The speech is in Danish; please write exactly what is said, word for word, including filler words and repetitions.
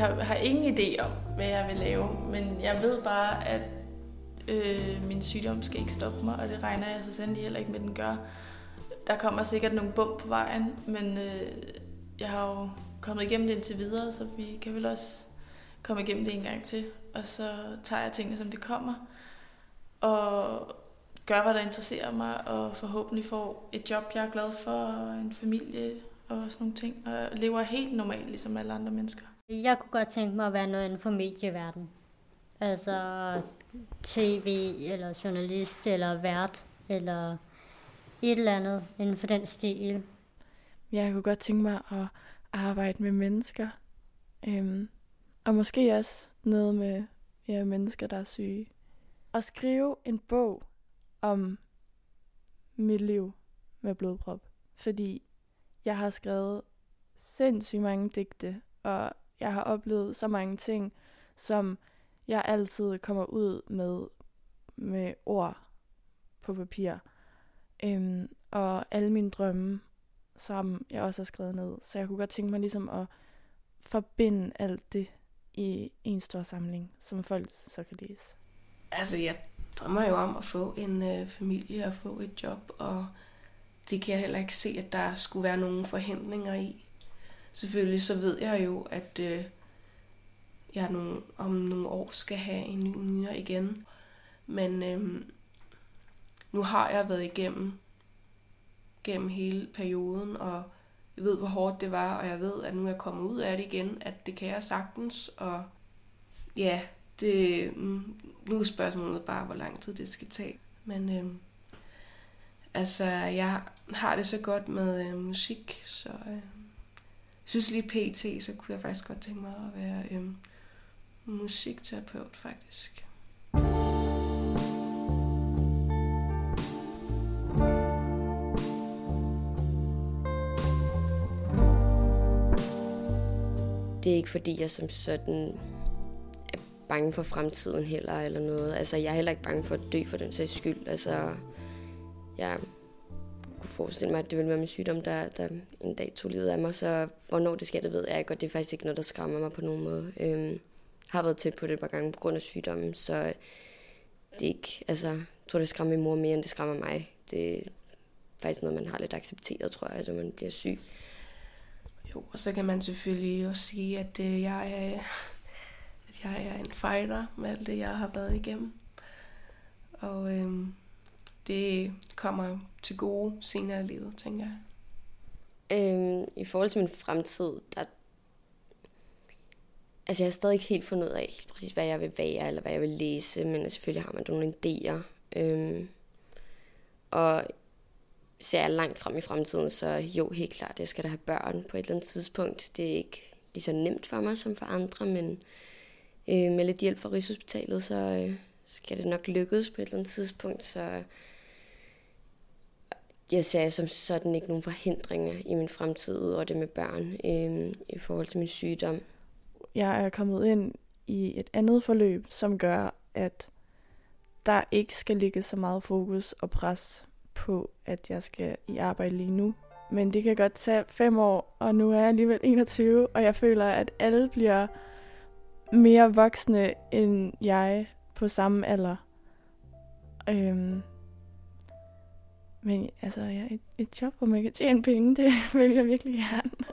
har, har ingen idé om, hvad jeg vil lave, men jeg ved bare, at øh, min sygdom skal ikke stoppe mig, og det regner jeg så sandelig heller ikke med, den gør. Der kommer sikkert nogle bump på vejen, men øh, jeg har jo kommet igennem det indtil videre, så vi kan vel også komme igennem det en gang til. Og så tager jeg tingene, som det kommer, og gør, hvad der interesserer mig, og forhåbentlig får et job, jeg er glad for, en familie og sådan nogle ting, og lever helt normalt, ligesom alle andre mennesker. Jeg kunne godt tænke mig at være noget inden for medieverdenen. Altså tv, eller journalist, eller vært, eller et eller andet inden for den stil. Jeg kunne godt tænke mig at arbejde med mennesker. Øhm, og måske også noget med ja, mennesker, der er syge. Og skrive en bog om mit liv med blodprop. Fordi jeg har skrevet sindssygt mange digte, og jeg har oplevet så mange ting, som jeg altid kommer ud med med ord på papir. Øhm, og alle mine drømme, som jeg også har skrevet ned. Så jeg kunne godt tænke mig ligesom at forbinde alt det i en stor samling, som folk så kan læse. Altså, jeg drømmer jo om at få en øh, familie og få et job, og det kan jeg heller ikke se, at der skulle være nogen forhindringer i. Selvfølgelig så ved jeg jo, at øh, jeg nogle, om nogle år skal have en ny nyre igen. Men øh, nu har jeg været igennem gennem hele perioden, og jeg ved, hvor hårdt det var, og jeg ved, at nu er jeg kommet ud af det igen, at det kan jeg sagtens, og ja, det, nu er spørgsmålet bare, hvor lang tid det skal tage. Men øh, altså, jeg har det så godt med øh, musik, så øh, jeg synes lige pt, så kunne jeg faktisk godt tænke mig at være øh, musikterapeut, faktisk. Det er ikke fordi, jeg som sådan er bange for fremtiden heller, eller noget. Altså, jeg er heller ikke bange for at dø for den sags skyld. Altså, jeg kunne forestille mig, at det ville være min sygdom, der, der en dag tog livet af mig. Så hvornår det sker, det ved jeg ikke, og det er faktisk ikke noget, der skræmmer mig på nogen måde. Øhm, har været tæt på det et par gange på grund af sygdommen, så det er ikke, altså, jeg tror, det skræmmer min mor mere, end det skræmmer mig. Det er faktisk noget, man har lidt accepteret, tror jeg, når man bliver syg. Jo, og så kan man selvfølgelig også sige, at øh, jeg, er, at jeg er en fighter med alt det, jeg har været igennem. Og øh, det kommer til gode senere i livet, tænker jeg. Øhm, I forhold til min fremtid, der... Altså, jeg har stadig ikke helt fundet ud af præcis, hvad jeg vil være, eller hvad jeg vil læse, men selvfølgelig har man nogle idéer. Øhm, og ser jeg langt frem i fremtiden, så jo, helt klart, jeg skal da have børn på et eller andet tidspunkt. Det er ikke lige så nemt for mig som for andre, men øh, med lidt hjælp fra Rigshospitalet, så øh, skal det nok lykkes på et eller andet tidspunkt. Så jeg ser som sådan ikke nogen forhindringer i min fremtid, ud over det med børn, øh, i forhold til min sygdom. Jeg er kommet ind i et andet forløb, som gør, at der ikke skal ligge så meget fokus og pres på, at jeg skal i arbejde lige nu. Men det kan godt tage fem år, og nu er jeg alligevel enogtyve, og jeg føler, at alle bliver mere voksne end jeg på samme alder. Øhm, men altså, ja, et, et job, hvor man kan tjene penge, det vil jeg virkelig gerne.